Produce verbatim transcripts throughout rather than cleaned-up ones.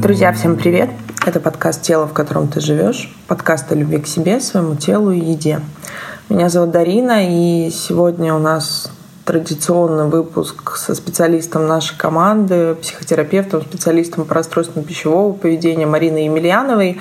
Друзья, всем привет! Это подкаст «Тело, в котором ты живешь», подкаст о любви к себе, своему телу и еде. Меня зовут Дарина, и сегодня у нас традиционный выпуск со специалистом нашей команды, психотерапевтом, специалистом по расстройствам пищевого поведения Мариной Емельяновой.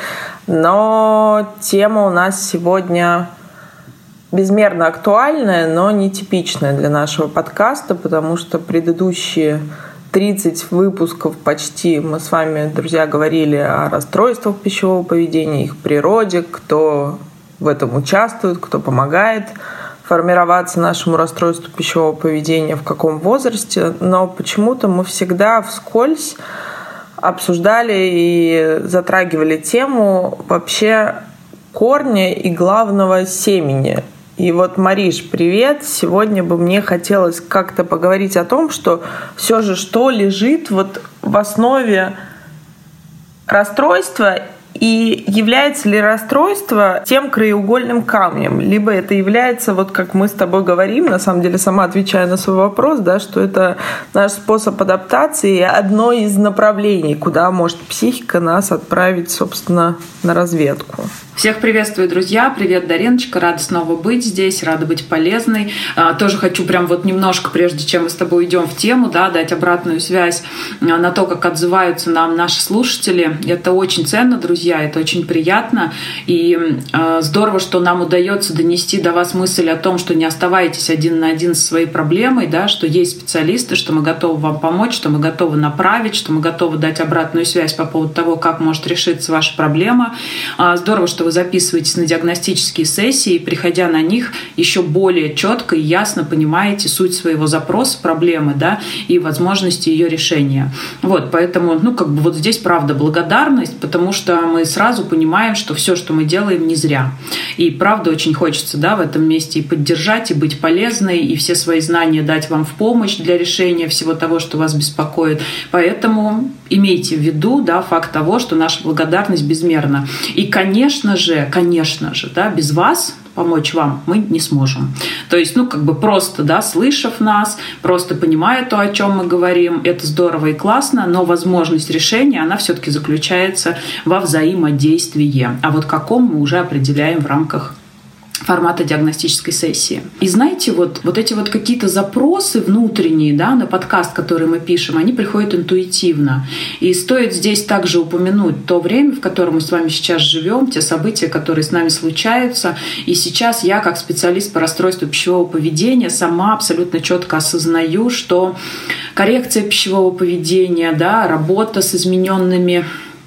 Но тема у нас сегодня безмерно актуальная, но нетипичная для нашего подкаста, потому что предыдущие тридцать выпусков почти мы с вами, друзья, говорили о расстройствах пищевого поведения, их природе, кто в этом участвует, кто помогает формироваться нашему расстройству пищевого поведения, в каком возрасте. Но почему-то мы всегда вскользь обсуждали и затрагивали тему вообще корня и главного семени. И вот, Мариш, привет! Сегодня бы мне хотелось как-то поговорить о том, что все же что лежит вот в основе расстройства и является ли расстройство тем краеугольным камнем, либо это является, вот как мы с тобой говорим, на самом деле сама отвечая на свой вопрос, да, что это наш способ адаптации, одно из направлений, куда может психика нас отправить, собственно, на разведку. Всех приветствую, друзья. Привет, Дариночка. Рада снова быть здесь, рада быть полезной. А, тоже хочу прям вот немножко, прежде чем мы с тобой идем в тему, да, дать обратную связь на то, как отзываются нам наши слушатели. Это очень ценно, друзья, это очень приятно. И а, здорово, что нам удается донести до вас мысль о том, что не оставайтесь один на один со своей проблемой, да, что есть специалисты, что мы готовы вам помочь, что мы готовы направить, что мы готовы дать обратную связь по поводу того, как может решиться ваша проблема. А, здорово, что вы записываетесь на диагностические сессии, и, приходя на них, еще более четко и ясно понимаете суть своего запроса, проблемы, да, и возможности ее решения. Вот, поэтому, ну, как бы вот здесь, правда, благодарность, потому что мы сразу понимаем, что все, что мы делаем, не зря. И, правда, очень хочется, да, в этом месте и поддержать, и быть полезной, и все свои знания дать вам в помощь для решения всего того, что вас беспокоит. Поэтому имейте в виду, да, факт того, что наша благодарность безмерна. И, конечно же, конечно же, да, без вас помочь вам мы не сможем. То есть, ну, как бы просто, да, слышав нас, просто понимая то, о чем мы говорим, это здорово и классно, но возможность решения, она все-таки заключается во взаимодействии. А вот каком мы уже определяем в рамках формата диагностической сессии. И знаете, вот, вот эти вот какие-то запросы внутренние, да, на подкаст, который мы пишем, они приходят интуитивно. И стоит здесь также упомянуть то время, в котором мы с вами сейчас живем, те события, которые с нами случаются. И сейчас я, как специалист по расстройству пищевого поведения, сама абсолютно четко осознаю, что коррекция пищевого поведения, да, работа с измененными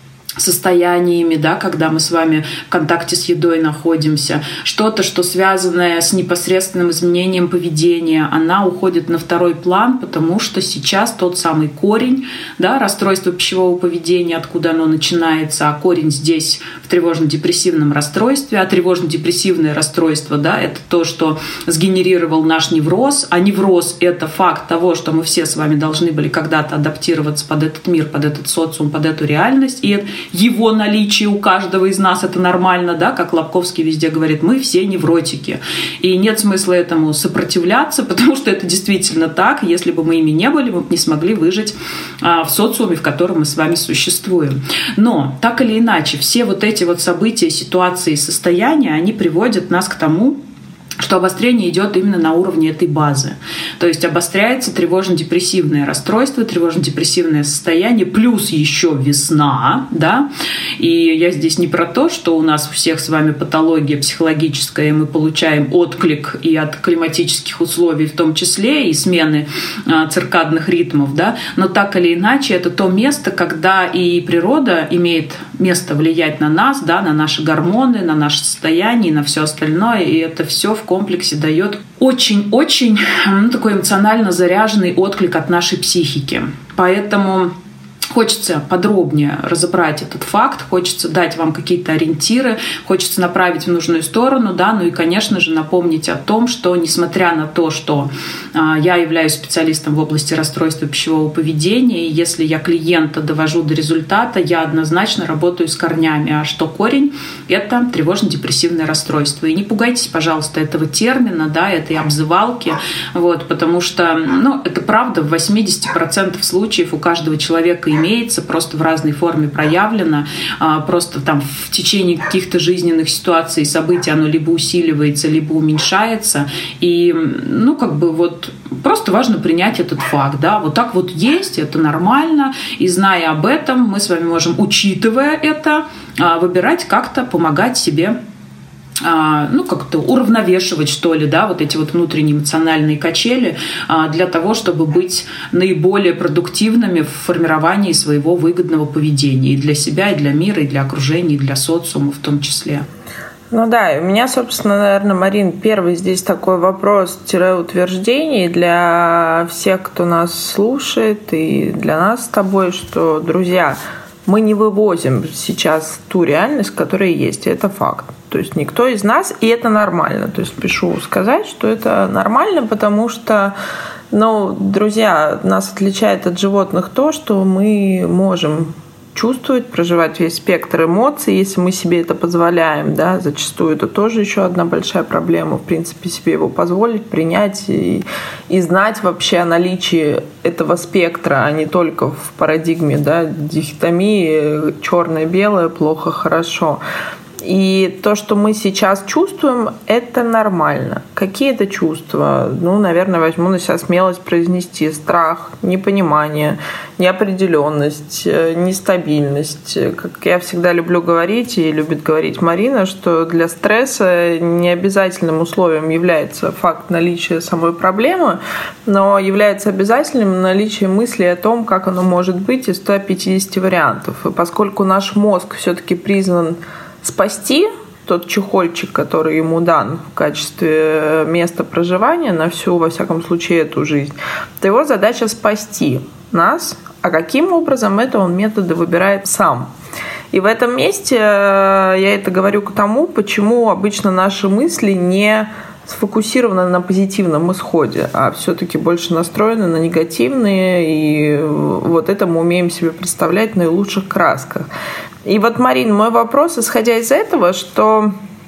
состояниями, да, когда мы с вами в контакте с едой находимся, что-то, что связанное с непосредственным изменением поведения, она уходит на второй план, потому что сейчас тот самый корень, да, расстройства пищевого поведения, откуда оно начинается, а корень здесь в тревожно-депрессивном расстройстве, а тревожно-депрессивное расстройство, да, это то, что сгенерировал наш невроз, а невроз — это факт того, что мы все с вами должны были когда-то адаптироваться под этот мир, под этот социум, под эту реальность, и его наличие у каждого из нас — это нормально, да, как Лобковский везде говорит, мы все невротики. И нет смысла этому сопротивляться, потому что это действительно так. Если бы мы ими не были, мы бы не смогли выжить а, в социуме, в котором мы с вами существуем. Но, так или иначе, все вот эти вот события, ситуации, состояния, они приводят нас к тому, что обострение идет именно на уровне этой базы. То есть обостряется тревожно-депрессивное расстройство, тревожно-депрессивное состояние, плюс еще весна, да. И я здесь не про то, что у нас у всех с вами патология психологическая, и мы получаем отклик и от климатических условий в том числе, и смены а, циркадных ритмов, да. Но так или иначе, это то место, когда и природа имеет место влиять на нас, да, на наши гормоны, на наше состояние, на все остальное, и это все в комплексе дает очень-очень, ну, такой эмоционально заряженный отклик от нашей психики. Поэтому Хочется подробнее разобрать этот факт, хочется дать вам какие-то ориентиры, хочется направить в нужную сторону, да, ну и, конечно же, напомнить о том, что, несмотря на то, что а, я являюсь специалистом в области расстройства пищевого поведения, и если я клиента довожу до результата, я однозначно работаю с корнями. А что корень? Это тревожно-депрессивное расстройство. И не пугайтесь, пожалуйста, этого термина, да, этой обзывалки, вот, потому что, ну, это правда, в восемьдесят процентов случаев у каждого человека имеется, просто в разной форме проявлено, просто там в течение каких-то жизненных ситуаций и событий оно либо усиливается, либо уменьшается. И, ну, как бы вот просто важно принять этот факт, да, вот так вот есть, это нормально, и зная об этом, мы с вами можем, учитывая это, выбирать как-то, помогать себе, ну, как-то уравновешивать, что ли, да, вот эти вот внутренние эмоциональные качели для того, чтобы быть наиболее продуктивными в формировании своего выгодного поведения и для себя, и для мира, и для окружения, и для социума в том числе. Ну да, и у меня, собственно, наверное, Марин, первый здесь такой вопрос-утверждение для всех, кто нас слушает, и для нас с тобой, что, друзья, мы не вывозим сейчас ту реальность, которая есть, и это факт. То есть никто из нас, и это нормально. То есть спешу сказать, что это нормально, потому что, ну, друзья, нас отличает от животных то, что мы можем чувствовать, проживать весь спектр эмоций, если мы себе это позволяем, да, зачастую это тоже еще одна большая проблема, в принципе, себе его позволить, принять и, и знать вообще о наличии этого спектра, а не только в парадигме, да, дихотомии черное-белое, плохо-хорошо. И то, что мы сейчас чувствуем, это нормально. Какие это чувства? Ну, наверное, возьму на себя смелость произнести: страх, непонимание, неопределенность, нестабильность. Как я всегда люблю говорить, и любит говорить Марина, что для стресса необязательным условием является факт наличия самой проблемы, но является обязательным наличие мысли о том, как оно может быть, из ста пятидесяти вариантов. И поскольку наш мозг все-таки призван спасти тот чехольчик, который ему дан в качестве места проживания на всю, во всяком случае, эту жизнь, то его задача спасти нас, а каким образом это он методы выбирает сам. И в этом месте я это говорю к тому, почему обычно наши мысли не сфокусированы на позитивном исходе, а все-таки больше настроены на негативные, и вот это мы умеем себе представлять в наилучших красках. И вот, Марин, мой вопрос, исходя из этого, что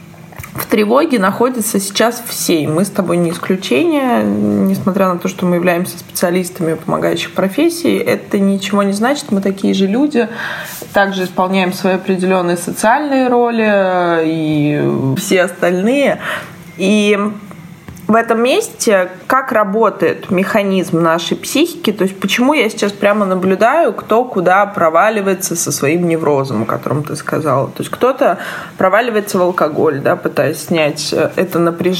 в тревоге находятся сейчас все, и мы с тобой не исключение, несмотря на то, что мы являемся специалистами помогающих профессий, это ничего не значит, мы такие же люди, также исполняем свои определенные социальные роли и все остальные. И в этом месте как работает механизм нашей психики, то есть почему я сейчас прямо наблюдаю, кто куда проваливается со своим неврозом, о котором ты сказала. То есть кто-то проваливается в алкоголь, да, пытаясь снять это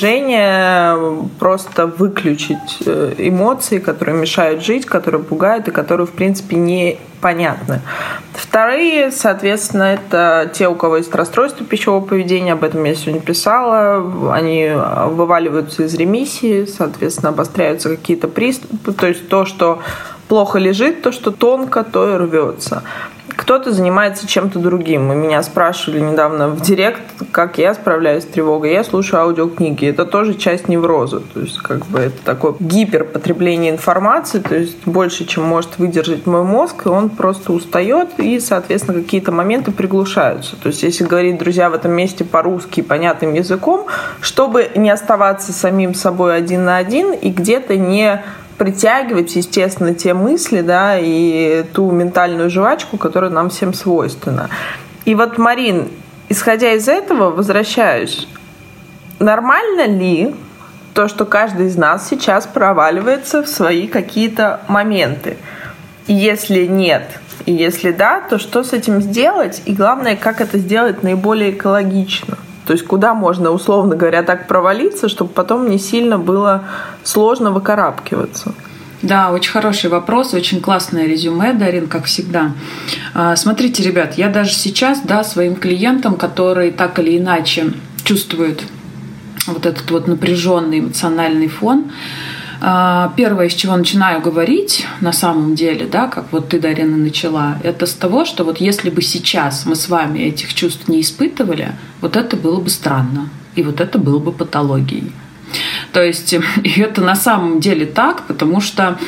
напряжение, просто выключить эмоции, которые мешают жить, которые пугают и которые, в принципе, не понятны. Вторые, соответственно, это те, у кого есть расстройство пищевого поведения, об этом я сегодня писала, они вываливаются из ремиссии, соответственно, обостряются какие-то приступы, то есть то, что плохо лежит, то, что тонко, то и рвется. Кто-то занимается чем-то другим. И меня спрашивали недавно в директ, как я справляюсь с тревогой. Я слушаю аудиокниги. Это тоже часть невроза. То есть как бы это такое гиперпотребление информации, то есть больше, чем может выдержать мой мозг, и он просто устает, и, соответственно, какие-то моменты приглушаются. То есть если говорить, друзья, в этом месте по-русски понятным языком, чтобы не оставаться самим собой один на один и где-то не притягивать, естественно, те мысли, да, и ту ментальную жвачку, которая нам всем свойственна. И вот, Марин, исходя из этого, возвращаюсь. Нормально ли то, что каждый из нас сейчас проваливается в свои какие-то моменты? И если нет, и если да, то что с этим сделать? И главное, как это сделать наиболее экологично? То есть куда можно, условно говоря, так провалиться, чтобы потом не сильно было сложно выкарабкиваться? Да, очень хороший вопрос, очень классное резюме, Дарин, как всегда. Смотрите, ребят, я даже сейчас, да, своим клиентам, которые так или иначе чувствуют вот этот вот напряженный эмоциональный фон, первое, с чего начинаю говорить на самом деле, да, как вот ты, Дарина, начала, это с того, что вот если бы сейчас мы с вами этих чувств не испытывали, вот это было бы странно, и вот это было бы патологией. То есть и это на самом деле так, потому что,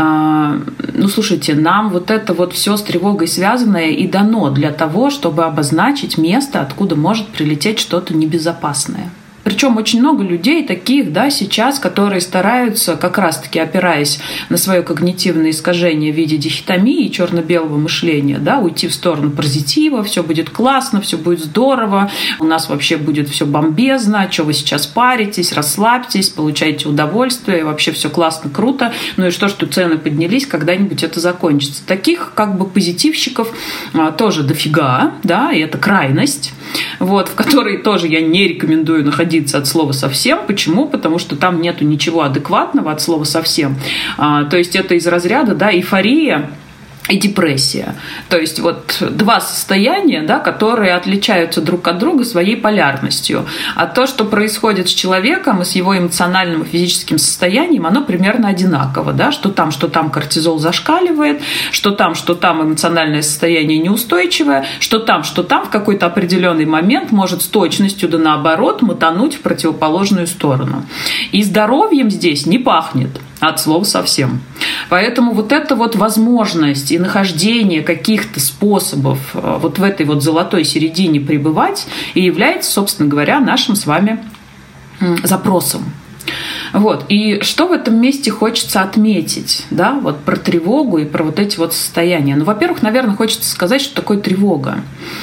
ну, слушайте, нам вот это вот все с тревогой связанное и дано для того, чтобы обозначить место, откуда может прилететь что-то небезопасное. Причем очень много людей таких, да, сейчас, которые стараются, как раз-таки опираясь на свое когнитивное искажение в виде дихотомии, черно-белого мышления, да, уйти в сторону позитива, все будет классно, все будет здорово, у нас вообще будет все бомбезно, что вы сейчас паритесь, расслабьтесь, получайте удовольствие, вообще все классно, круто, ну и что, что цены поднялись, когда-нибудь это закончится. Таких как бы позитивщиков а, тоже дофига, да, и это крайность, вот, в которой тоже я не рекомендую находиться от слова «совсем». Почему? Потому что там нету ничего адекватного от слова «совсем». А, то есть это из разряда, да, эйфория и депрессия. То есть вот два состояния, да, которые отличаются друг от друга своей полярностью. А то, что происходит с человеком и с его эмоциональным и физическим состоянием, оно примерно одинаково. Да? Что там, что там кортизол зашкаливает, что там, что там эмоциональное состояние неустойчивое, что там, что там в какой-то определенный момент может с точностью да наоборот мотануть в противоположную сторону. И здоровьем здесь не пахнет. От слова совсем. Поэтому вот эта вот возможность и нахождение каких-то способов вот в этой вот золотой середине пребывать и является, собственно говоря, нашим с вами запросом. Вот. И что в этом месте хочется отметить, да, вот про тревогу и про вот эти вот состояния? Ну, во-первых, наверное, хочется сказать, что такое тревога.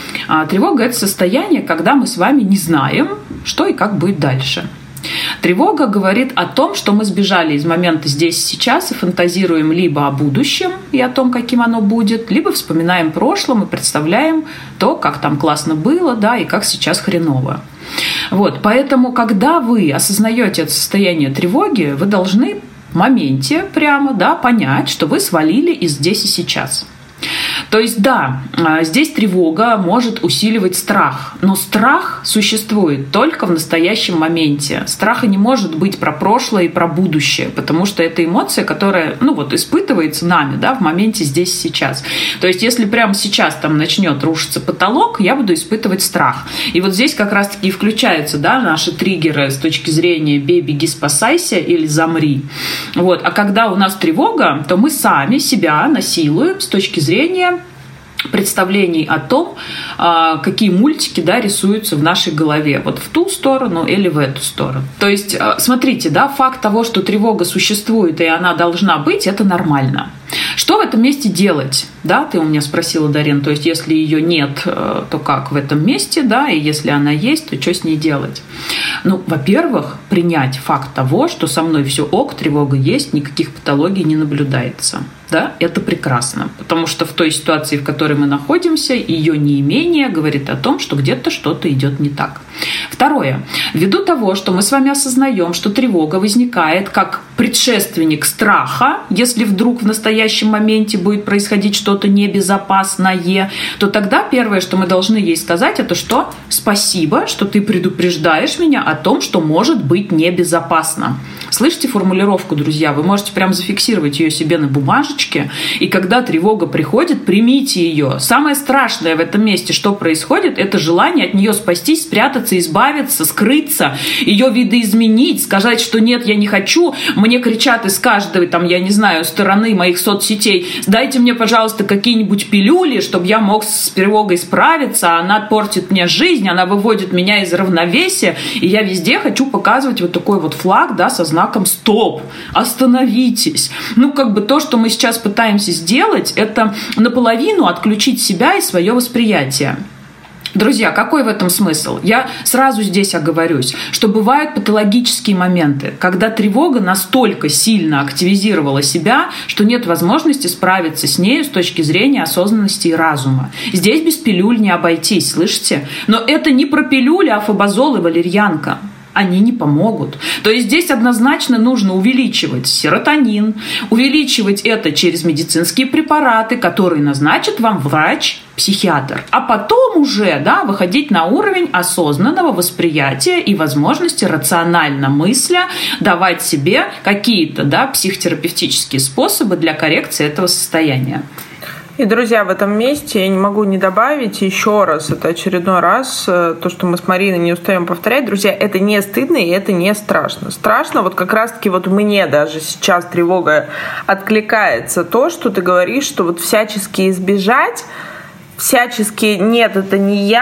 А тревога – это состояние, когда мы с вами не знаем, что и как будет дальше. Тревога говорит о том, что мы сбежали из момента здесь и сейчас и фантазируем либо о будущем и о том, каким оно будет, либо вспоминаем прошлое и представляем то, как там классно было, да, и как сейчас хреново. Вот, поэтому, когда вы осознаете это состояние тревоги, вы должны в моменте прямо, да, понять, что вы свалили из здесь и сейчас. То есть, да, здесь тревога может усиливать страх, но страх существует только в настоящем моменте. Страха не может быть про прошлое и про будущее, потому что это эмоция, которая, ну вот, испытывается нами, да, в моменте здесь и сейчас. То есть, если прямо сейчас там начнет рушиться потолок, я буду испытывать страх. И вот здесь как раз-таки и включаются, да, наши триггеры с точки зрения «бей, беги, спасайся» или «замри». Вот. А когда у нас тревога, то мы сами себя насилуем с точки зрения представлений о том, какие мультики, да, рисуются в нашей голове, вот в ту сторону или в эту сторону. То есть, смотрите, да, факт того, что тревога существует и она должна быть, это нормально. Что в этом месте делать? Да, ты у меня спросила, Дарин, то есть если ее нет, то как в этом месте, да, и если она есть, то что с ней делать? Ну, во-первых, принять факт того, что со мной все ок, тревога есть, никаких патологий не наблюдается. Да, это прекрасно, потому что в той ситуации, в которой мы находимся, ее неимение говорит о том, что где-то что-то идет не так. Второе. Ввиду того, что мы с вами осознаем, что тревога возникает как предшественник страха, если вдруг в настоящем моменте будет происходить что-то небезопасное, то тогда первое, что мы должны ей сказать, это что? Спасибо, что ты предупреждаешь меня о том, что может быть небезопасно. Слышите формулировку, друзья? Вы можете прям зафиксировать ее себе на бумажечке, и когда тревога приходит, примите ее. Самое страшное в этом месте, что происходит, это желание от нее спастись, спрятаться, избавиться, скрыться, ее видоизменить, сказать, что нет, я не хочу. Мне кричат из каждой, там, я не знаю, стороны моих соцсетей: дайте мне, пожалуйста, какие-нибудь пилюли, чтобы я мог с тревогой справиться, она портит мне жизнь, она выводит меня из равновесия, и я везде хочу показывать вот такой вот флаг, да, со знаком «стоп», «остановитесь». Ну, как бы то, что мы сейчас пытаемся сделать, это наполовину отключить себя и свое восприятие. Друзья, какой в этом смысл? Я сразу здесь оговорюсь, что бывают патологические моменты, когда тревога настолько сильно активизировала себя, что нет возможности справиться с нею с точки зрения осознанности и разума. Здесь без пилюль не обойтись, слышите? Но это не про пилюли, а фабазол и валерьянка. Они не помогут. То есть здесь однозначно нужно увеличивать серотонин, увеличивать это через медицинские препараты, которые назначит вам врач-психиатр. А потом уже, да, выходить на уровень осознанного восприятия и возможности рационально мысля давать себе какие-то, да, психотерапевтические способы для коррекции этого состояния. И, друзья, в этом месте я не могу не добавить еще раз, это очередной раз, то, что мы с Мариной не устаем повторять. Друзья, это не стыдно и это не страшно. Страшно, вот как раз-таки вот мне даже сейчас тревога откликается то, что ты говоришь, что вот всячески избежать, всячески нет, это не я,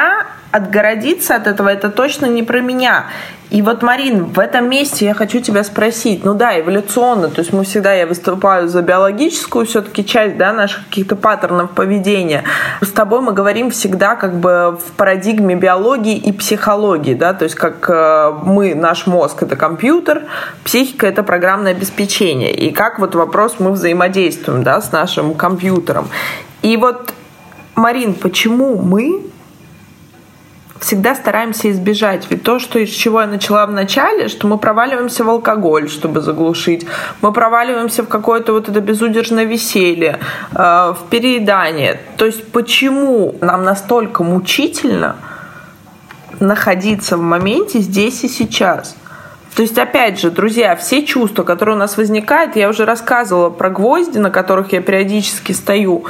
отгородиться от этого — это точно не про меня. И вот, Марин, в этом месте я хочу тебя спросить, ну да, эволюционно, то есть мы всегда, я выступаю за биологическую все-таки часть, да, наших каких-то паттернов поведения. С тобой мы говорим всегда как бы в парадигме биологии и психологии, да, то есть как мы, наш мозг — это компьютер, психика — это программное обеспечение, и как вот вопрос мы взаимодействуем, да, с нашим компьютером. И вот, Марин, почему мы всегда стараемся избежать? Ведь то, что, из чего я начала в начале, что мы проваливаемся в алкоголь, чтобы заглушить, мы проваливаемся в какое-то вот это безудержное веселье, э, в переедание. То есть почему нам настолько мучительно находиться в моменте здесь и сейчас? То есть, опять же, друзья, все чувства, которые у нас возникают, я уже рассказывала про гвозди, на которых я периодически стою,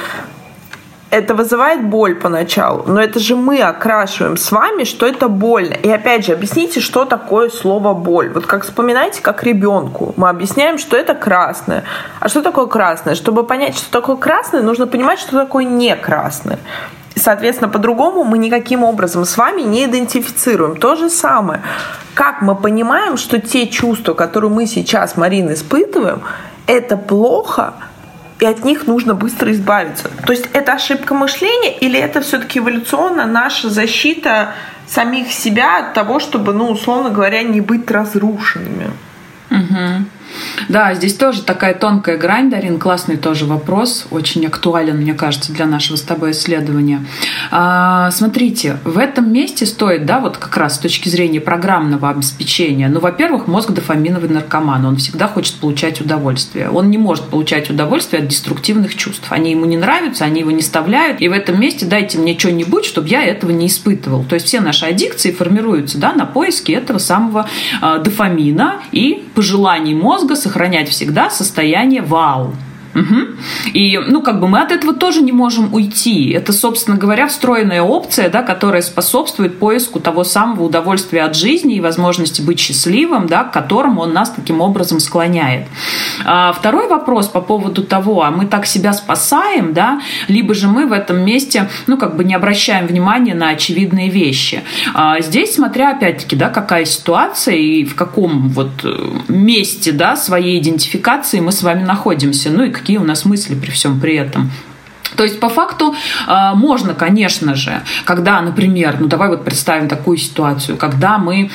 это вызывает боль поначалу, но это же мы окрашиваем с вами, что это больно. И опять же, объясните, что такое слово боль. Вот как вспоминайте, как ребенку. Мы объясняем, что это красное. А что такое красное? Чтобы понять, что такое красное, нужно понимать, что такое не красное. И, соответственно, по-другому мы никаким образом с вами не идентифицируем. То же самое. Как мы понимаем, что те чувства, которые мы сейчас, Марина, испытываем, это плохо, и от них нужно быстро избавиться. То есть это ошибка мышления или это все-таки эволюционно наша защита самих себя от того, чтобы, ну, условно говоря, не быть разрушенными? Угу. Да, здесь тоже такая тонкая грань, Дарин, классный тоже вопрос, очень актуален, мне кажется, для нашего с тобой исследования. А, смотрите, в этом месте стоит, да, вот как раз с точки зрения программного обеспечения, ну, во-первых, мозг дофаминовый наркоман, он всегда хочет получать удовольствие. Он не может получать удовольствие от деструктивных чувств. Они ему не нравятся, они его не вставляют, и в этом месте дайте мне что-нибудь, чтобы я этого не испытывал. То есть все наши аддикции формируются, да, на поиске этого самого а, дофамина и пожеланий мозга сохранять всегда состояние вау. Угу. И, ну, как бы мы от этого тоже не можем уйти. Это, собственно говоря, встроенная опция, да, которая способствует поиску того самого удовольствия от жизни и возможности быть счастливым, да, к которому он нас таким образом склоняет. А второй вопрос по поводу того, а мы так себя спасаем, да, либо же мы в этом месте, ну, как бы не обращаем внимания на очевидные вещи. А здесь, смотря, опять-таки, да, какая ситуация и в каком вот месте, да, своей идентификации мы с вами находимся, ну, и какие у нас мысли при всем при этом. То есть, по факту, можно, конечно же, когда, например, ну давай вот представим такую ситуацию, когда мы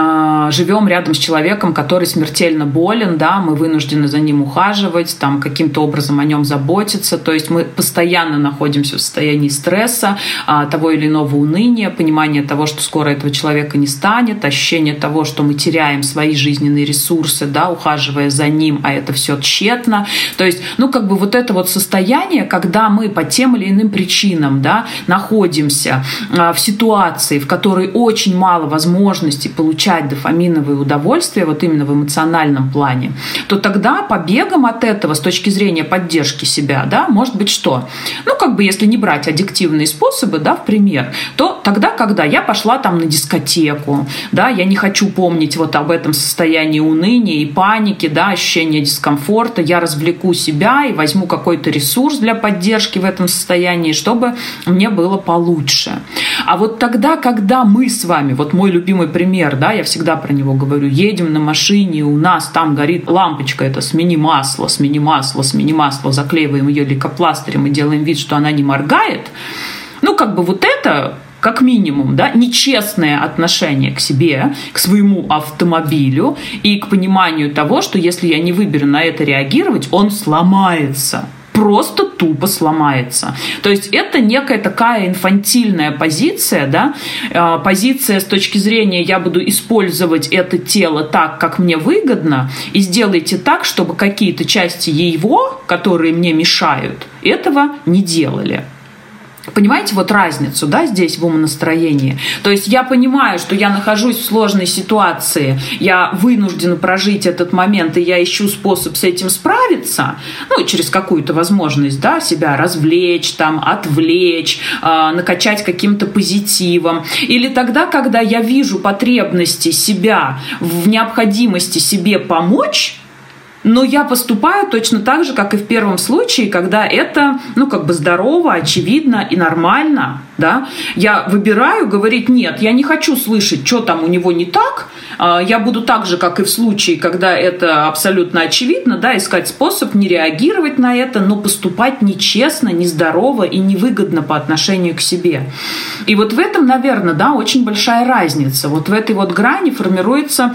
живем рядом с человеком, который смертельно болен, да, мы вынуждены за ним ухаживать, там, каким-то образом о нем заботиться, то есть мы постоянно находимся в состоянии стресса, того или иного уныния, понимания того, что скоро этого человека не станет, ощущение того, что мы теряем свои жизненные ресурсы, да, ухаживая за ним, а это все тщетно. То есть, ну, как бы вот это вот состояние, когда мы по тем или иным причинам, да, находимся в ситуации, в которой очень мало возможностей получать дофаминовые удовольствия, вот именно в эмоциональном плане, то тогда побегом от этого с точки зрения поддержки себя, да, может быть что? Ну, как бы если не брать аддиктивные способы, да, в пример, то тогда, когда я пошла там на дискотеку, да, я не хочу помнить вот об этом состоянии уныния и паники, да, ощущения дискомфорта, я развлеку себя и возьму какой-то ресурс для поддержки в этом состоянии, чтобы мне было получше. А вот тогда, когда мы с вами, вот мой любимый пример, да, я всегда про него говорю, едем на машине, у нас там горит лампочка, это смени масло, смени масло, смени масло, заклеиваем ее лейкопластырем и делаем вид, что она не моргает, ну, как бы вот это как минимум, да, нечестное отношение к себе, к своему автомобилю и к пониманию того, что если я не выберу на это реагировать, он сломается. Просто тупо сломается. То есть это некая такая инфантильная позиция, да, позиция с точки зрения «я буду использовать это тело так, как мне выгодно, и сделайте так, чтобы какие-то части его, которые мне мешают, этого не делали». Понимаете вот разницу, да, здесь в умонастроении? То есть я понимаю, что я нахожусь в сложной ситуации, я вынуждена прожить этот момент, и я ищу способ с этим справиться, ну, через какую-то возможность, да, себя развлечь, там, отвлечь, э, накачать каким-то позитивом. Или тогда, когда я вижу потребности себя в необходимости себе помочь, Но я поступаю точно так же, как и в первом случае, когда это, ну, как бы здорово, очевидно и нормально, да. Я выбираю говорить: нет, я не хочу слышать, что там у него не так. Я буду так же, как и в случае, когда это абсолютно очевидно, да, искать способ не реагировать на это, но поступать нечестно, нездорово и невыгодно по отношению к себе. И вот в этом, наверное, да, очень большая разница. Вот в этой вот грани формируется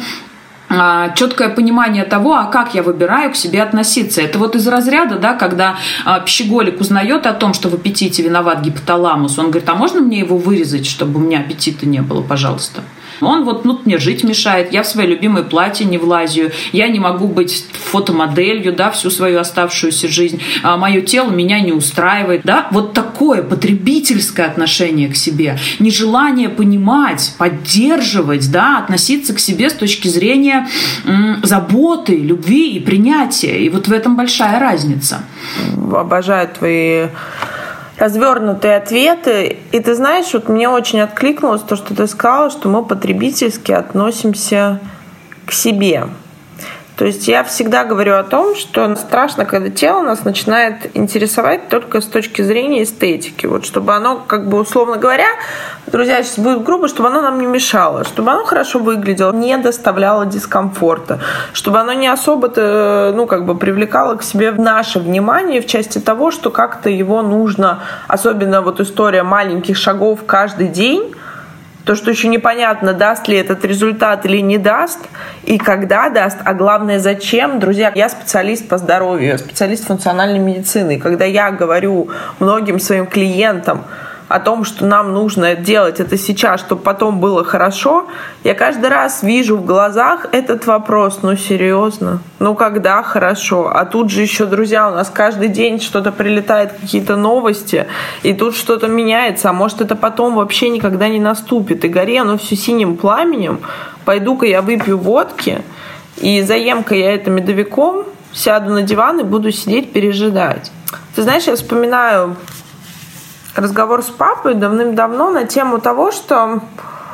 четкое понимание того, а как я выбираю к себе относиться. Это вот из разряда, да, когда а, пищеголик узнает о том, что в аппетите виноват гипоталамус, он говорит: а можно мне его вырезать, чтобы у меня аппетита не было, пожалуйста? Он вот, ну, мне жить мешает, я в свои любимые платья не влазю, я не могу быть фотомоделью, да, всю свою оставшуюся жизнь, а мое тело меня не устраивает, да, вот такое потребительское отношение к себе, нежелание понимать, поддерживать, да, относиться к себе с точки зрения м, заботы, любви и принятия, и вот в этом большая разница. Обожаю твои развернутые ответы. И ты знаешь, вот мне очень откликнулось то, что ты сказала, что мы потребительски относимся к себе. То есть я всегда говорю о том, что страшно, когда тело нас начинает интересовать только с точки зрения эстетики. Вот чтобы оно, как бы условно говоря, друзья, сейчас будет грубо, чтобы оно нам не мешало, чтобы оно хорошо выглядело, не доставляло дискомфорта, чтобы оно не особо-то, ну, как бы привлекало к себе наше внимание в части того, что как-то его нужно, особенно вот история маленьких шагов каждый день, то, что еще непонятно, даст ли этот результат или не даст, и когда даст, а главное, зачем. Друзья, я специалист по здоровью, я специалист функциональной медицины. И когда я говорю многим своим клиентам о том, что нам нужно делать это сейчас, чтобы потом было хорошо, я каждый раз вижу в глазах этот вопрос: ну серьезно, ну когда хорошо? А тут же еще, друзья, у нас каждый день что-то прилетает, какие-то новости, и тут что-то меняется, а может это потом вообще никогда не наступит. И гори оно все синим пламенем, пойду-ка я выпью водки, и заем-ка я это медовиком, сяду на диван и буду сидеть пережидать. Ты знаешь, я вспоминаю разговор с папой давным-давно на тему того, что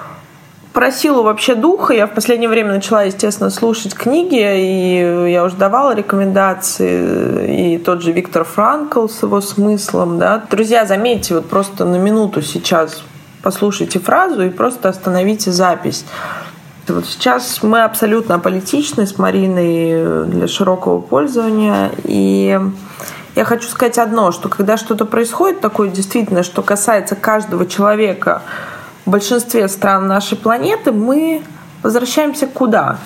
про силу вообще духа я в последнее время начала, естественно, слушать книги, и я уже давала рекомендации, и тот же Виктор Франкл с его смыслом. Да. Друзья, заметьте, вот просто на минуту сейчас послушайте фразу и просто остановите запись. Вот сейчас мы абсолютно аполитичны с Мариной для широкого пользования, и я хочу сказать одно, что когда что-то происходит такое действительно, что касается каждого человека в большинстве стран нашей планеты, мы возвращаемся куда?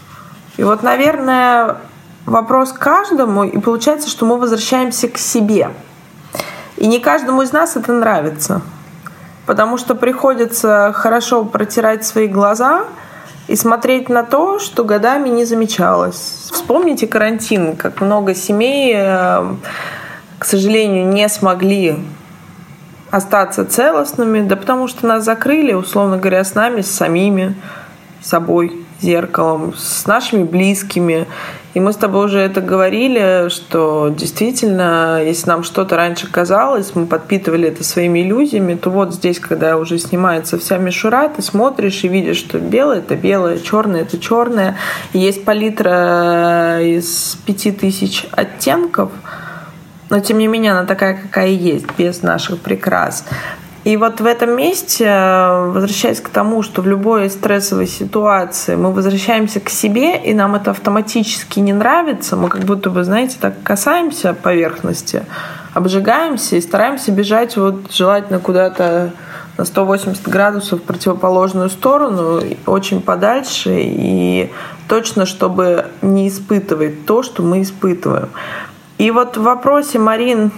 И вот, наверное, вопрос каждому, и получается, что мы возвращаемся к себе. И не каждому из нас это нравится, потому что приходится хорошо протирать свои глаза и смотреть на то, что годами не замечалось. Вспомните карантин, как много семей, к сожалению, не смогли остаться целостными, да потому что нас закрыли, условно говоря, с нами, с самими собой, зеркалом, с нашими близкими. И мы с тобой уже это говорили, что действительно, если нам что-то раньше казалось, мы подпитывали это своими иллюзиями, то вот здесь, когда уже снимается вся мишура, ты смотришь и видишь, что белое — это белое, черное — это черное. И есть палитра из пяти тысяч оттенков, но тем не менее она такая, какая есть, без наших прикрас. И вот в этом месте, возвращаясь к тому, что в любой стрессовой ситуации мы возвращаемся к себе, и нам это автоматически не нравится, мы как будто бы, знаете, так касаемся поверхности, обжигаемся и стараемся бежать вот желательно куда-то на сто восемьдесят градусов в противоположную сторону, очень подальше, и точно, чтобы не испытывать то, что мы испытываем. И вот в вопросе, Марин,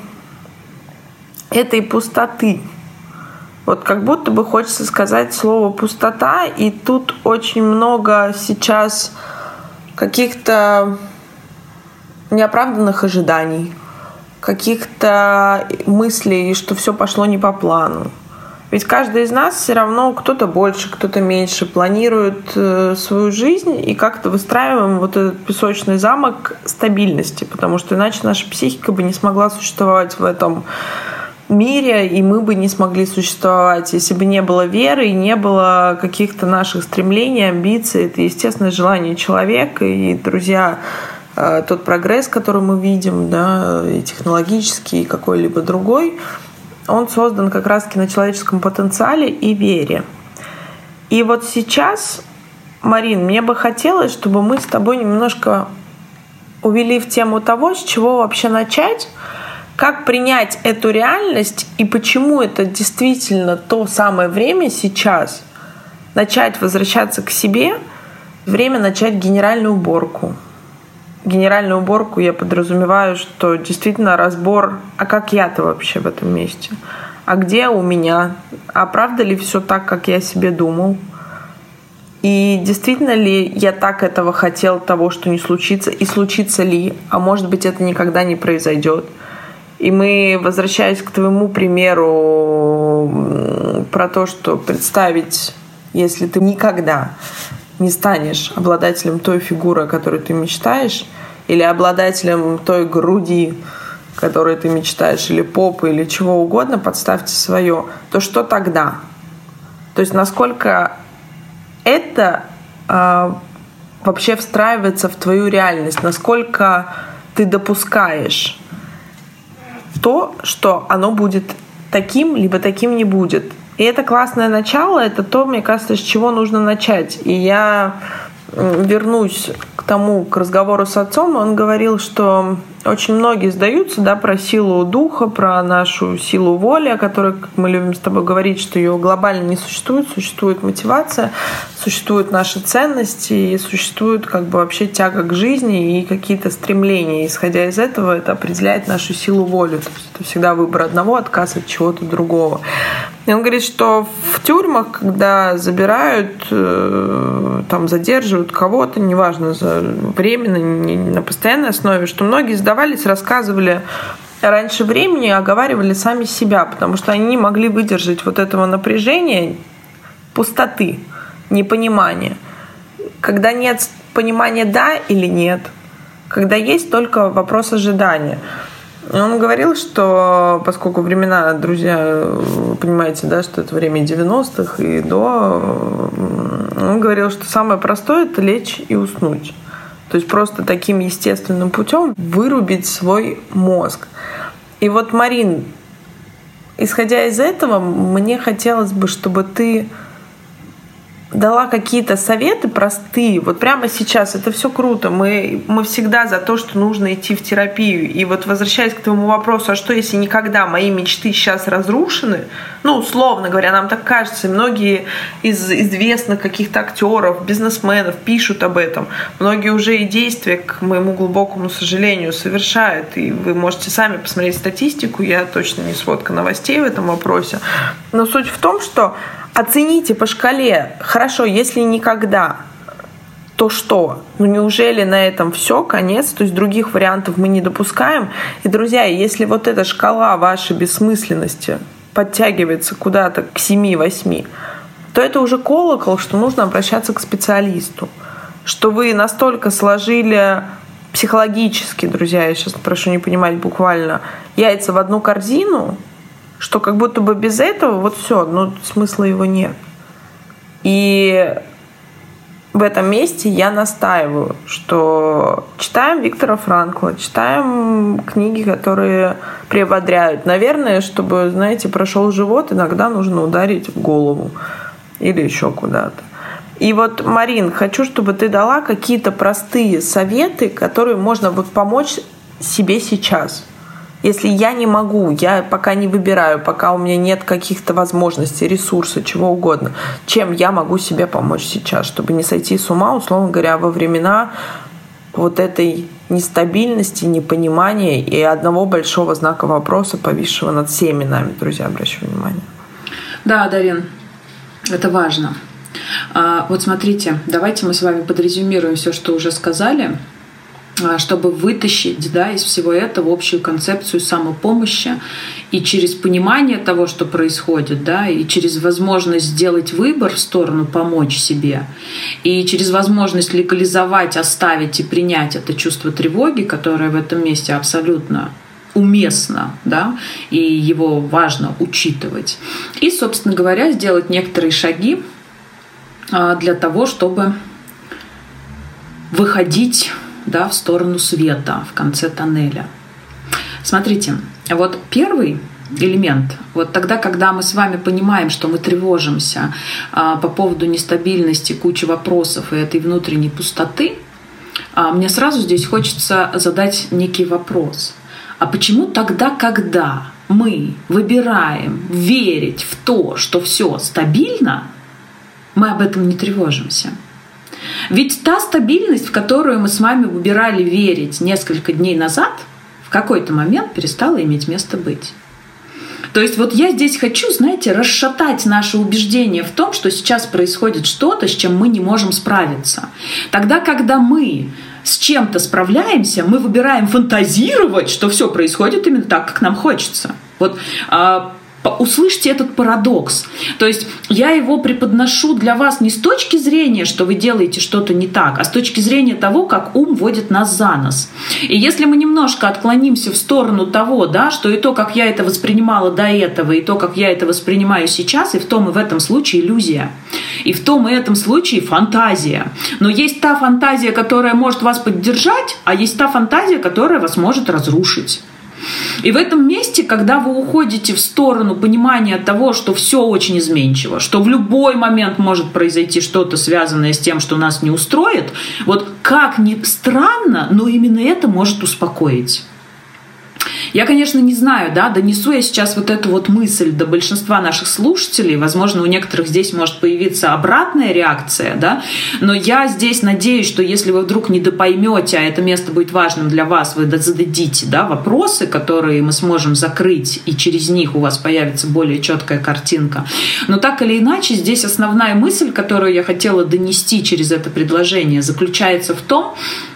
этой пустоты, вот как будто бы хочется сказать слово «пустота», и тут очень много сейчас каких-то неоправданных ожиданий, каких-то мыслей, что все пошло не по плану. Ведь каждый из нас все равно, кто-то больше, кто-то меньше, планирует свою жизнь, и как-то выстраиваем вот этот песочный замок стабильности, потому что иначе наша психика бы не смогла существовать в этом мире, и мы бы не смогли существовать, если бы не было веры и не было каких-то наших стремлений, амбиций. Это естественное желание человека. И, друзья, тот прогресс, который мы видим, да, и технологический, и какой-либо другой, он создан как раз-таки на человеческом потенциале и вере. И вот сейчас, Марин, мне бы хотелось, чтобы мы с тобой немножко увели в тему того, с чего вообще начать, как принять эту реальность и почему это действительно то самое время сейчас начать возвращаться к себе, время начать генеральную уборку. Генеральную уборку я подразумеваю, что действительно разбор, а как я-то вообще в этом месте? А где у меня? А правда ли все так, как я себе думал? И действительно ли я так этого хотел, того, что не случится, и случится ли, а может быть, это никогда не произойдет. И мы, возвращаясь к твоему примеру про то, что представить, если ты никогда не станешь обладателем той фигуры, о которой ты мечтаешь, или обладателем той груди, которой ты мечтаешь, или попы, или чего угодно, подставьте свое, то что тогда? То есть насколько это э, вообще встраивается в твою реальность, насколько ты допускаешь то, что оно будет таким, либо таким не будет. И это классное начало, это то, мне кажется, с чего нужно начать. И я вернусь к тому, к разговору с отцом. Он говорил, что очень многие сдаются, да, про силу духа, про нашу силу воли, о которой, как мы любим с тобой говорить, что ее глобально не существует. Существует мотивация, существуют наши ценности, и существует как бы вообще тяга к жизни и какие-то стремления. Исходя из этого, это определяет нашу силу воли. То есть это всегда выбор одного, отказ от чего-то другого. И он говорит, что в тюрьмах, когда забирают, там задерживают кого-то, неважно, за временно, не на постоянной основе, что многие сдавались, рассказывали раньше времени, оговаривали сами себя, потому что они не могли выдержать вот этого напряжения, пустоты, непонимания. Когда нет понимания «да» или «нет», когда есть только вопрос ожидания. Он говорил, что поскольку времена, друзья, вы понимаете, да, что это время девяностых и до, он говорил, что самое простое – это лечь и уснуть. То есть просто таким естественным путем вырубить свой мозг. И вот, Марин, исходя из этого, мне хотелось бы, чтобы ты дала какие-то советы простые. Вот прямо сейчас это все круто. Мы, мы всегда за то, что нужно идти в терапию. И вот возвращаясь к твоему вопросу, а что если никогда мои мечты сейчас разрушены? Ну, условно говоря, нам так кажется. Многие из известных каких-то актеров, бизнесменов пишут об этом. Многие уже и действия, к моему глубокому сожалению, совершают. И вы можете сами посмотреть статистику. Я точно не сводка новостей в этом вопросе. Но суть в том, что оцените по шкале, хорошо, если никогда, то что? Ну неужели на этом все, конец? То есть других вариантов мы не допускаем. И, друзья, если вот эта шкала вашей бессмысленности подтягивается куда-то к семи-восьми, то это уже колокол, что нужно обращаться к специалисту. Что вы настолько сложили психологически, друзья, я сейчас прошу не понимать буквально, яйца в одну корзину, что как будто бы без этого вот все, ну смысла его нет. И в этом месте я настаиваю, что читаем Виктора Франкла, читаем книги, которые приободряют. Наверное, чтобы, знаете, прошел живот, иногда нужно ударить в голову или еще куда-то. И вот, Марин, хочу, чтобы ты дала какие-то простые советы, которые можно вот помочь себе сейчас. Если я не могу, я пока не выбираю, пока у меня нет каких-то возможностей, ресурсов, чего угодно, чем я могу себе помочь сейчас, чтобы не сойти с ума, условно говоря, во времена вот этой нестабильности, непонимания и одного большого знака вопроса, повисшего над всеми нами, друзья, обращаю внимание. Да, Дарин, это важно. А, вот смотрите, давайте мы с вами подрезюмируем все, что уже сказали, чтобы вытащить, да, из всего этого общую концепцию самопомощи и через понимание того, что происходит, да, и через возможность сделать выбор в сторону помочь себе, и через возможность легализовать, оставить и принять это чувство тревоги, которое в этом месте абсолютно уместно, да, и его важно учитывать. И, собственно говоря, сделать некоторые шаги для того, чтобы выходить да, в сторону света в конце тоннеля. Смотрите, вот первый элемент, вот тогда, когда мы с вами понимаем, что мы тревожимся а, по поводу нестабильности, кучи вопросов и этой внутренней пустоты, а, мне сразу здесь хочется задать некий вопрос. А почему тогда, когда мы выбираем верить в то, что все стабильно, мы об этом не тревожимся? Ведь та стабильность, в которую мы с вами выбирали верить несколько дней назад, в какой-то момент перестала иметь место быть. То есть вот я здесь хочу, знаете, расшатать наше убеждение в том, что сейчас происходит что-то, с чем мы не можем справиться. Тогда, когда мы с чем-то справляемся, мы выбираем фантазировать, что все происходит именно так, как нам хочется. Вот а, услышьте этот парадокс. То есть я его преподношу для вас не с точки зрения, что вы делаете что-то не так, а с точки зрения того, как ум водит нас за нос. И если мы немножко отклонимся в сторону того, да, что и то, как я это воспринимала до этого, и то, как я это воспринимаю сейчас, и в том и в этом случае иллюзия. И в том и этом случае фантазия. Но есть та фантазия, которая может вас поддержать, а есть та фантазия, которая вас может разрушить. И в этом месте, когда вы уходите в сторону понимания того, что все очень изменчиво, что в любой момент может произойти что-то, связанное с тем, что нас не устроит, вот как ни странно, но именно это может успокоить. Я, конечно, не знаю, да, донесу я сейчас вот эту вот мысль до большинства наших слушателей, возможно, у некоторых здесь может появиться обратная реакция, да, но я здесь надеюсь, что если вы вдруг недопоймете, а это место будет важным для вас, вы зададите, да, вопросы, которые мы сможем закрыть, и через них у вас появится более четкая картинка. Но так или иначе, здесь основная мысль, которую я хотела донести через это предложение, заключается в том,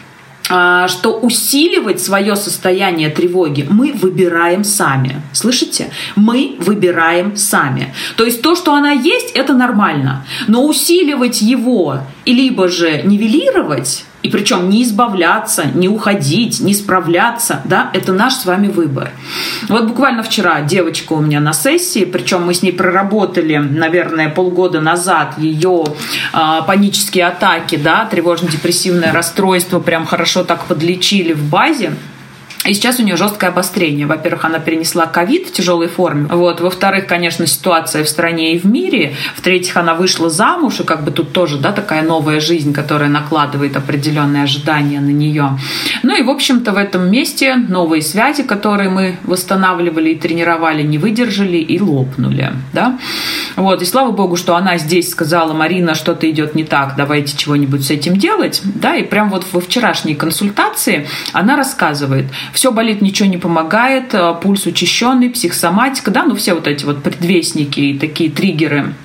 что усиливать свое состояние тревоги мы выбираем сами. Слышите? Мы выбираем сами. То есть то, что она есть, это нормально. Но усиливать его и либо же нивелировать, и причем не избавляться, не уходить, не справляться, да, это наш с вами выбор. Вот буквально вчера девочка у меня на сессии, причем мы с ней проработали, наверное, полгода назад ее э, панические атаки, да, тревожно-депрессивное расстройство, прям хорошо так подлечили в базе. И сейчас у нее жесткое обострение. Во-первых, она перенесла ковид в тяжелой форме. Вот. Во-вторых, конечно, ситуация в стране и в мире. В-третьих, она вышла замуж, и как бы тут тоже, да, такая новая жизнь, которая накладывает определенные ожидания на нее. Ну и, в общем-то, в этом месте новые связи, которые мы восстанавливали и тренировали, не выдержали и лопнули. Да? Вот. И слава богу, что она здесь сказала: Марина, что-то идет не так, давайте чего-нибудь с этим делать. Да? И прям вот во вчерашней консультации она рассказывает: все болит, ничего не помогает, пульс учащенный, психосоматика, да, ну все вот эти вот предвестники и такие триггеры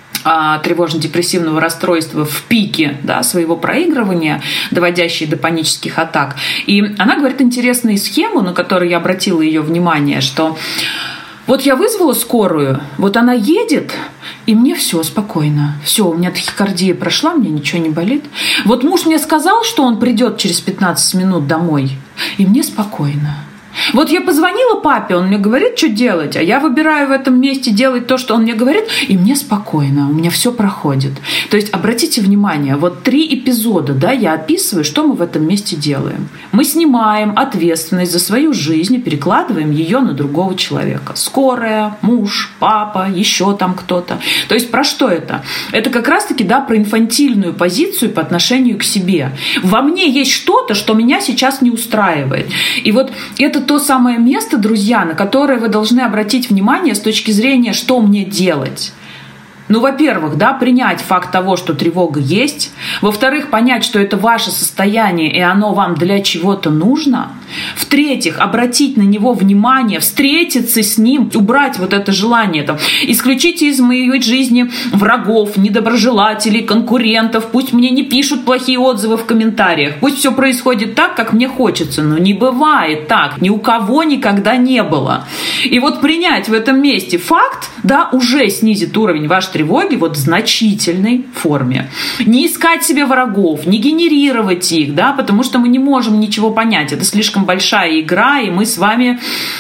тревожно-депрессивного расстройства в пике, да, своего проигрывания, доводящие до панических атак. И она говорит интересную схему, на которую я обратила ее внимание, что вот я вызвала скорую, вот она едет, и мне все спокойно. Все, у меня тахикардия прошла, мне ничего не болит. Вот муж мне сказал, что он придет через пятнадцать минут домой, и мне спокойно. Вот я позвонила папе, он мне говорит, что делать, а я выбираю в этом месте делать то, что он мне говорит, и мне спокойно, у меня все проходит. То есть обратите внимание, вот три эпизода, да, я описываю, что мы в этом месте делаем. Мы снимаем ответственность за свою жизнь и перекладываем ее на другого человека. Скорая, муж, папа, еще там кто-то. То есть про что это? Это как раз-таки, да, про инфантильную позицию по отношению к себе. Во мне есть что-то, что меня сейчас не устраивает. И вот это то самое место, друзья, на которое вы должны обратить внимание с точки зрения, что мне делать. Ну, во-первых, да, принять факт того, что тревога есть. Во-вторых, понять, что это ваше состояние, и оно вам для чего-то нужно. В-третьих, обратить на него внимание, встретиться с ним, убрать вот это желание. Там, исключите из моей жизни врагов, недоброжелателей, конкурентов. Пусть мне не пишут плохие отзывы в комментариях. Пусть все происходит так, как мне хочется. Но не бывает так. Ни у кого никогда не было. И вот принять в этом месте факт, да, уже снизит уровень вашей тревоги вот в значительной форме. Не искать себе врагов, не генерировать их, да, потому что мы не можем ничего понять. Это слишком большая игра, и мы с вами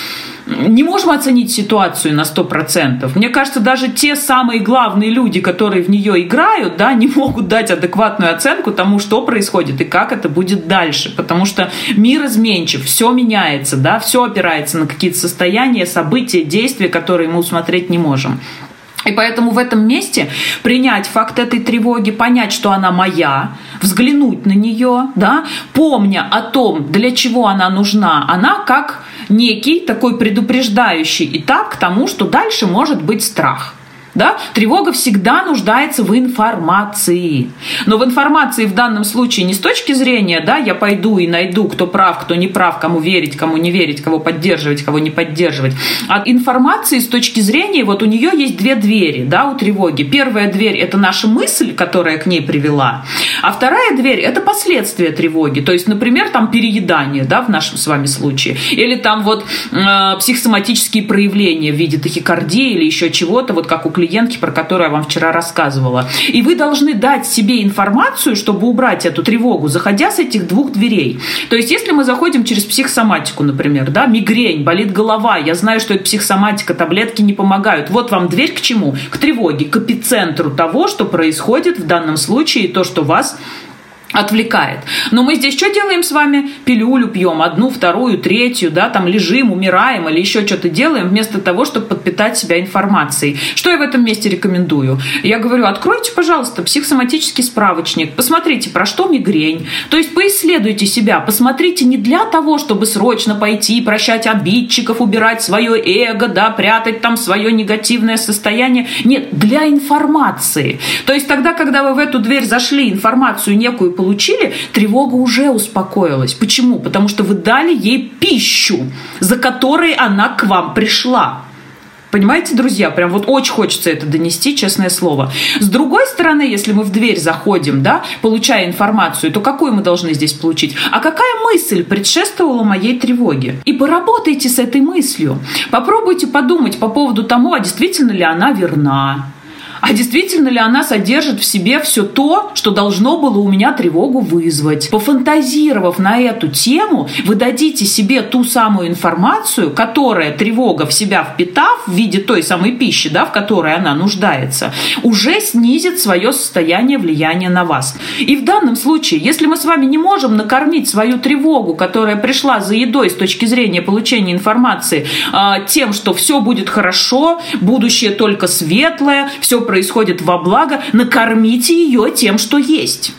не можем оценить ситуацию на сто процентов. Мне кажется, даже те самые главные люди, которые в нее играют, да, не могут дать адекватную оценку тому, что происходит и как это будет дальше. Потому что мир изменчив, все меняется, да, все опирается на какие-то состояния, события, действия, которые мы усмотреть не можем. И поэтому в этом месте принять факт этой тревоги, понять, что она моя, взглянуть на нее, да, помня о том, для чего она нужна, она как некий такой предупреждающий этап к тому, что дальше может быть страх. Да? Тревога всегда нуждается в информации. Но в информации в данном случае не с точки зрения, да, я пойду и найду, кто прав, кто не прав, кому верить, кому не верить, кого поддерживать, кого не поддерживать. А информации с точки зрения, вот у нее есть две двери, да, у тревоги. Первая дверь – это наша мысль, которая к ней привела. А вторая дверь – это последствия тревоги. То есть, например, там переедание, да, в нашем с вами случае. Или там вот э, психосоматические проявления в виде тахикардии или еще чего-то, вот как у клиентки, про которую я вам вчера рассказывала. И вы должны дать себе информацию, чтобы убрать эту тревогу, заходя с этих двух дверей. То есть, если мы заходим через психосоматику, например, да, мигрень, болит голова, я знаю, что это психосоматика, таблетки не помогают. Вот вам дверь к чему? К тревоге, к эпицентру того, что происходит в данном случае, то, что вас отвлекает. Но мы здесь что делаем с вами? Пилюлю пьем, одну, вторую, третью, да, там лежим, умираем или еще что-то делаем, вместо того, чтобы подпитать себя информацией. Что я в этом месте рекомендую? Я говорю, откройте, пожалуйста, психосоматический справочник, посмотрите, про что мигрень. То есть поисследуйте себя, посмотрите не для того, чтобы срочно пойти прощать обидчиков, убирать свое эго, да, прятать там свое негативное состояние. Нет, для информации. То есть тогда, когда вы в эту дверь зашли, информацию некую получили, тревога уже успокоилась. Почему? Потому что вы дали ей пищу, за которой она к вам пришла. Понимаете, друзья, прям вот очень хочется это донести, честное слово. С другой стороны, если мы в дверь заходим, да, получая информацию, то какую мы должны здесь получить? А какая мысль предшествовала моей тревоге? И поработайте с этой мыслью. Попробуйте подумать по поводу того, а действительно ли она верна. А действительно ли она содержит в себе все то, что должно было у меня тревогу вызвать? Пофантазировав на эту тему, вы дадите себе ту самую информацию, которая тревога в себя впитав в виде той самой пищи, да, в которой она нуждается, уже снизит свое состояние влияния на вас. И в данном случае, если мы с вами не можем накормить свою тревогу, которая пришла за едой с точки зрения получения информации, тем, что все будет хорошо, будущее только светлое, все происходит во благо, накормите ее тем, что есть.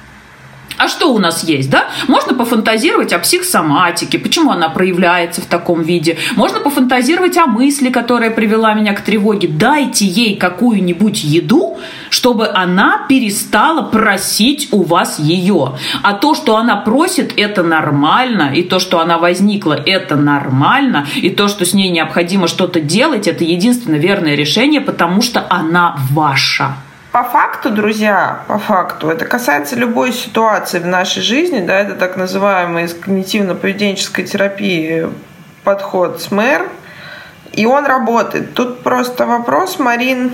А что у нас есть, да? Можно пофантазировать о психосоматике, почему она проявляется в таком виде. Можно пофантазировать о мысли, которая привела меня к тревоге. Дайте ей какую-нибудь еду, чтобы она перестала просить у вас ее. А то, что она просит, это нормально. И то, что она возникла, это нормально. И то, что с ней необходимо что-то делать, это единственное верное решение, потому что она ваша. По факту, друзья, по факту, это касается любой ситуации в нашей жизни, да, это так называемый из когнитивно-поведенческой терапии подход СМЭР, и он работает. Тут просто вопрос, Марин,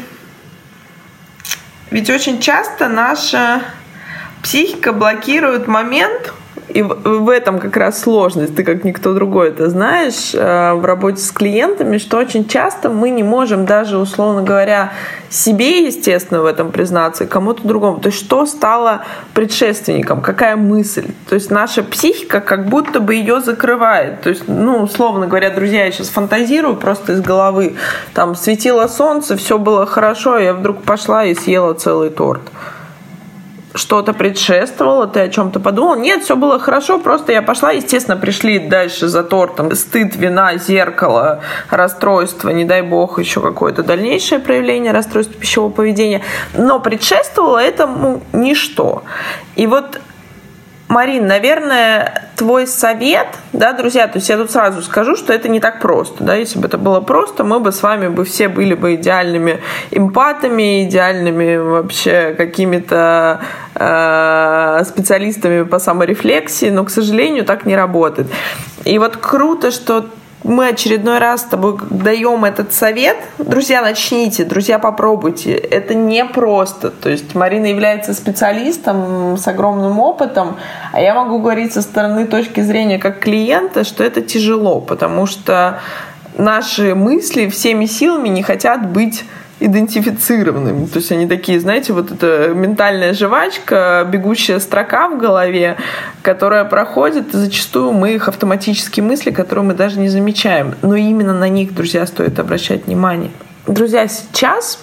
ведь очень часто наша психика блокирует момент, и в этом как раз сложность, ты как никто другой это знаешь, в работе с клиентами, что очень часто мы не можем даже, условно говоря, себе, естественно, в этом признаться, и кому-то другому. То есть что стало предшественником, какая мысль. То есть наша психика как будто бы ее закрывает. То есть, ну, условно говоря, друзья, я сейчас фантазирую просто из головы. Там светило солнце, все было хорошо, я вдруг пошла и съела целый торт. Что-то предшествовало, ты о чем-то подумал? Нет, все было хорошо, просто я пошла, естественно, пришли дальше за тортом. Стыд, вина, зеркало, расстройство, не дай бог, еще какое-то дальнейшее проявление расстройства пищевого поведения. Но предшествовало этому ничто. И вот, Марин, наверное, твой совет, да, друзья, то есть я тут сразу скажу, что это не так просто, да, если бы это было просто, мы бы с вами бы все были бы идеальными эмпатами, идеальными вообще какими-то э, специалистами по саморефлексии, но, к сожалению, так не работает. И вот круто, что мы очередной раз с тобой даем этот совет. Друзья, начните, друзья, попробуйте. Это не просто. То есть Марина является специалистом с огромным опытом, а я могу говорить со стороны точки зрения как клиента, что это тяжело, потому что наши мысли всеми силами не хотят быть идентифицированными. То есть они такие, знаете, вот эта ментальная жвачка, бегущая строка в голове, которая проходит, и зачастую мы их автоматические мысли, которые мы даже не замечаем. Но именно на них, друзья, стоит обращать внимание. Друзья, сейчас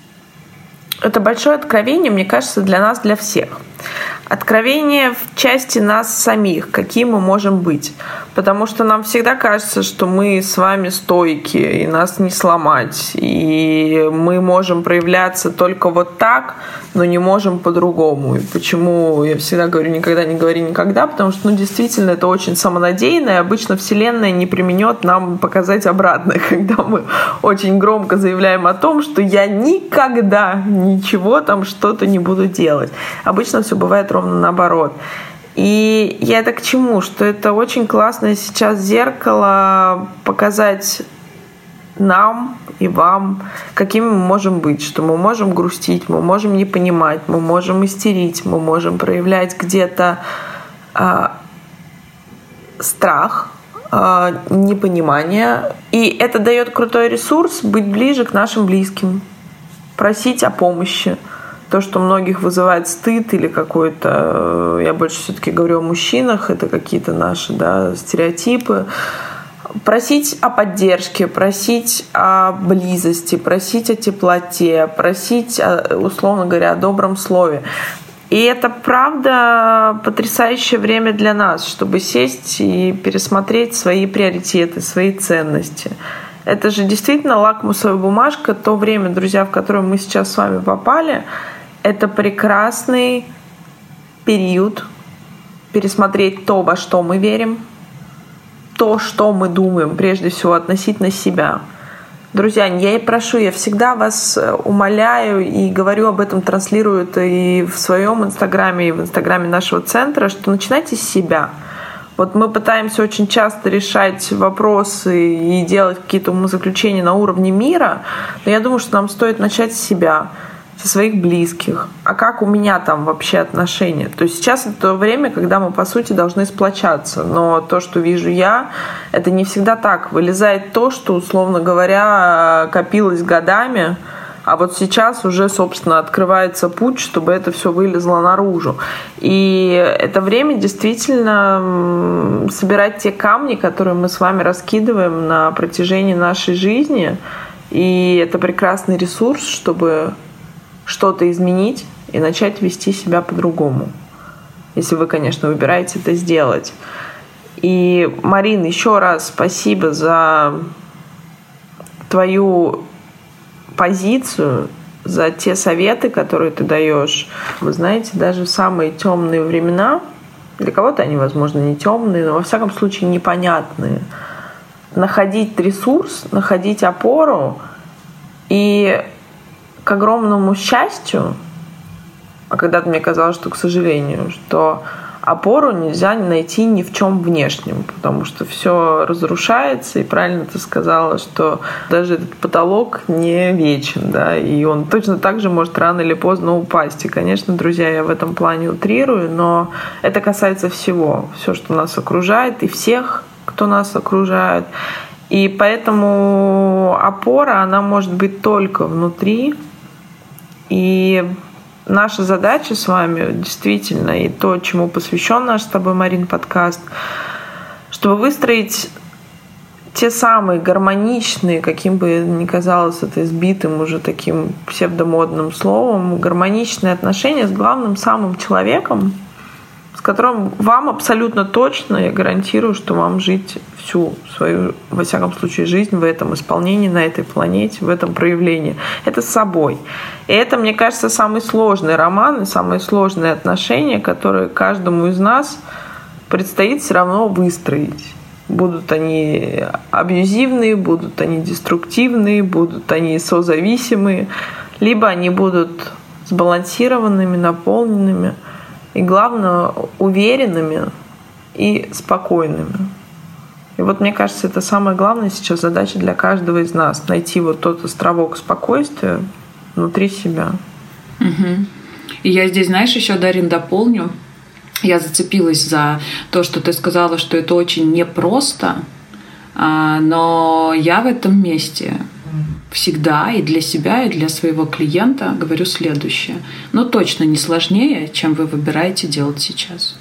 это большое откровение, мне кажется, для нас, для всех. Откровение в части нас самих, какие мы можем быть. Потому что нам всегда кажется, что мы с вами стойки, и нас не сломать. И мы можем проявляться только вот так, но не можем по-другому. И почему я всегда говорю «никогда не говори никогда», потому что ну, действительно это очень самонадеянно, и обычно Вселенная не применет нам показать обратное, когда мы очень громко заявляем о том, что я никогда ничего там что-то не буду делать. Обычно все бывает ровно наоборот. И я это к чему? Что это очень классное сейчас зеркало показать нам и вам, какими мы можем быть, что мы можем грустить, мы можем не понимать, мы можем истерить, мы можем проявлять где-то э, страх, э, непонимание. И это дает крутой ресурс быть ближе к нашим близким, просить о помощи. То, что многих вызывает стыд или какой-то, я больше все-таки говорю о мужчинах, это какие-то наши, да, стереотипы. Просить о поддержке, просить о близости, просить о теплоте, просить, условно говоря, о добром слове. И это, правда, потрясающее время для нас, чтобы сесть и пересмотреть свои приоритеты, свои ценности. Это же действительно лакмусовая бумажка, то время, друзья, в которое мы сейчас с вами попали. Это прекрасный период пересмотреть то, во что мы верим, то, что мы думаем, прежде всего, относительно себя. Друзья, я и прошу, я всегда вас умоляю и говорю об этом, транслирую это и в своем инстаграме, и в инстаграме нашего центра, что начинайте с себя. Вот мы пытаемся очень часто решать вопросы и делать какие-то умозаключения на уровне мира, но я думаю, что нам стоит начать с себя, со своих близких. А как у меня там вообще отношения? То есть сейчас это то время, когда мы, по сути, должны сплочаться. Но то, что вижу я, это не всегда так. Вылезает то, что, условно говоря, копилось годами, а вот сейчас уже, собственно, открывается путь, чтобы это все вылезло наружу. И это время действительно собирать те камни, которые мы с вами раскидываем на протяжении нашей жизни. И это прекрасный ресурс, чтобы что-то изменить и начать вести себя по-другому. Если вы, конечно, выбираете это сделать. И, Марин, еще раз спасибо за твою позицию, за те советы, которые ты даешь. Вы знаете, даже в самые темные времена, для кого-то они, возможно, не темные, но во всяком случае непонятные, находить ресурс, находить опору. И к огромному счастью, а когда-то мне казалось, что, к сожалению, что опору нельзя найти ни в чем внешнем, потому что все разрушается, и правильно ты сказала, что даже этот потолок не вечен, да, и он точно так же может рано или поздно упасть. И, конечно, друзья, я в этом плане утрирую, но это касается всего, все, что нас окружает, и всех, кто нас окружает. И поэтому опора, она может быть только внутри. И наша задача с вами действительно, и то, чему посвящен наш с тобой, Марин, подкаст, чтобы выстроить те самые гармоничные, каким бы ни казалось это избитым уже таким псевдомодным словом, гармоничные отношения с главным самым человеком, с которым вам абсолютно точно, я гарантирую, что вам жить всю свою, во всяком случае, жизнь в этом исполнении, на этой планете, в этом проявлении. Это с собой. И это, мне кажется, самый сложный роман и самые сложные отношения, которые каждому из нас предстоит все равно выстроить. Будут они абьюзивные, будут они деструктивные, будут они созависимые, либо они будут сбалансированными, наполненными и, главное, уверенными и спокойными. И вот, мне кажется, это самая главная сейчас задача для каждого из нас — найти вот тот островок спокойствия внутри себя. Угу. И я здесь, знаешь, еще, Дарин, дополню. Я зацепилась за то, что ты сказала, что это очень непросто, Но я в этом месте всегда и для себя, и для своего клиента говорю следующее. Но точно не сложнее, чем вы выбираете делать сейчас.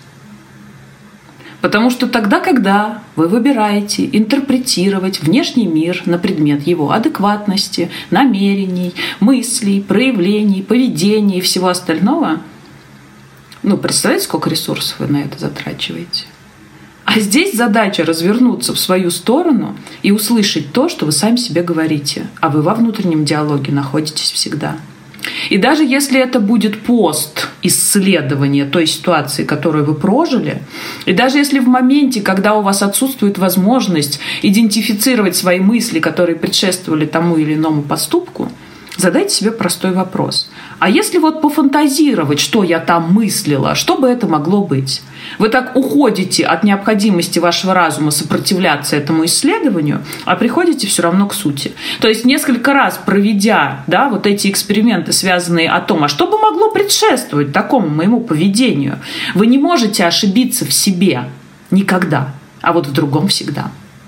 Потому что тогда, когда вы выбираете интерпретировать внешний мир на предмет его адекватности, намерений, мыслей, проявлений, поведения и всего остального, ну, представляете, сколько ресурсов вы на это затрачиваете? А здесь задача развернуться в свою сторону и услышать то, что вы сами себе говорите, а вы во внутреннем диалоге находитесь всегда. И даже если это будет пост исследования той ситуации, которую вы прожили, и даже если в моменте, когда у вас отсутствует возможность идентифицировать свои мысли, которые предшествовали тому или иному поступку, задайте себе простой вопрос. А если вот пофантазировать, что я там мыслила, что бы это могло быть? Вы так уходите от необходимости вашего разума сопротивляться этому исследованию, а приходите все равно к сути. То есть несколько раз проведя, да, вот эти эксперименты, связанные о том, а что бы могло предшествовать такому моему поведению, вы не можете ошибиться в себе никогда, а вот в другом всегда.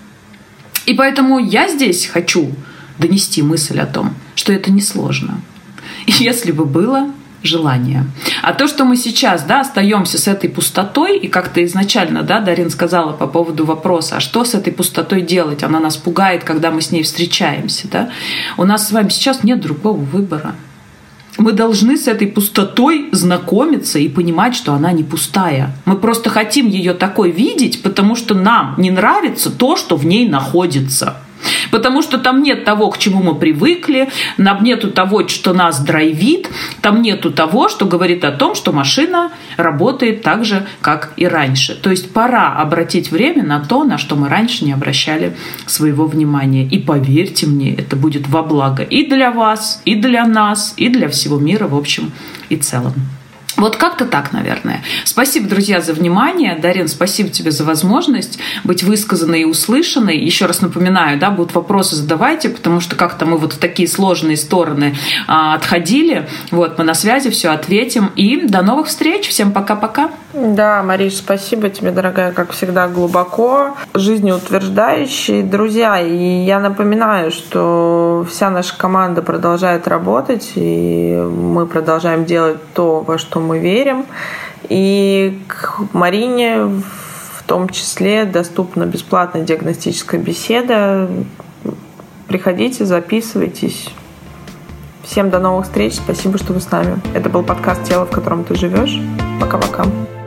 И поэтому я здесь хочу донести мысль о том, что это несложно. Если бы было желание. А то, что мы сейчас, да, остаемся с этой пустотой, и как-то изначально, да, Дарин сказала по поводу вопроса, а что с этой пустотой делать? Она нас пугает, когда мы с ней встречаемся, да? У нас с вами сейчас нет другого выбора. Мы должны с этой пустотой знакомиться и понимать, что она не пустая. Мы просто хотим ее такой видеть, потому что нам не нравится то, что в ней находится. Потому что там нет того, к чему мы привыкли, там нету того, что нас драйвит, там нету того, что говорит о том, что машина работает так же, как и раньше. То есть пора обратить время на то, на что мы раньше не обращали своего внимания. И поверьте мне, это будет во благо и для вас, и для нас, и для всего мира в общем и целом. Вот как-то так, наверное. Спасибо, друзья, за внимание. Дарин, спасибо тебе за возможность быть высказанной и услышанной. Еще раз напоминаю, да, будут вопросы задавайте, потому что как-то мы вот в такие сложные стороны а, отходили. Вот, мы на связи, все ответим. И до новых встреч. Всем пока-пока. Да, Мариш, спасибо тебе, дорогая, как всегда, глубоко, жизнеутверждающий. Друзья, и я напоминаю, что вся наша команда продолжает работать, и мы продолжаем делать то, во что мы верим. И к Марине в том числе доступна бесплатная диагностическая беседа. Приходите, записывайтесь. Всем до новых встреч. Спасибо, что вы с нами. Это был подкаст «Тело, в котором ты живешь». Пока-пока.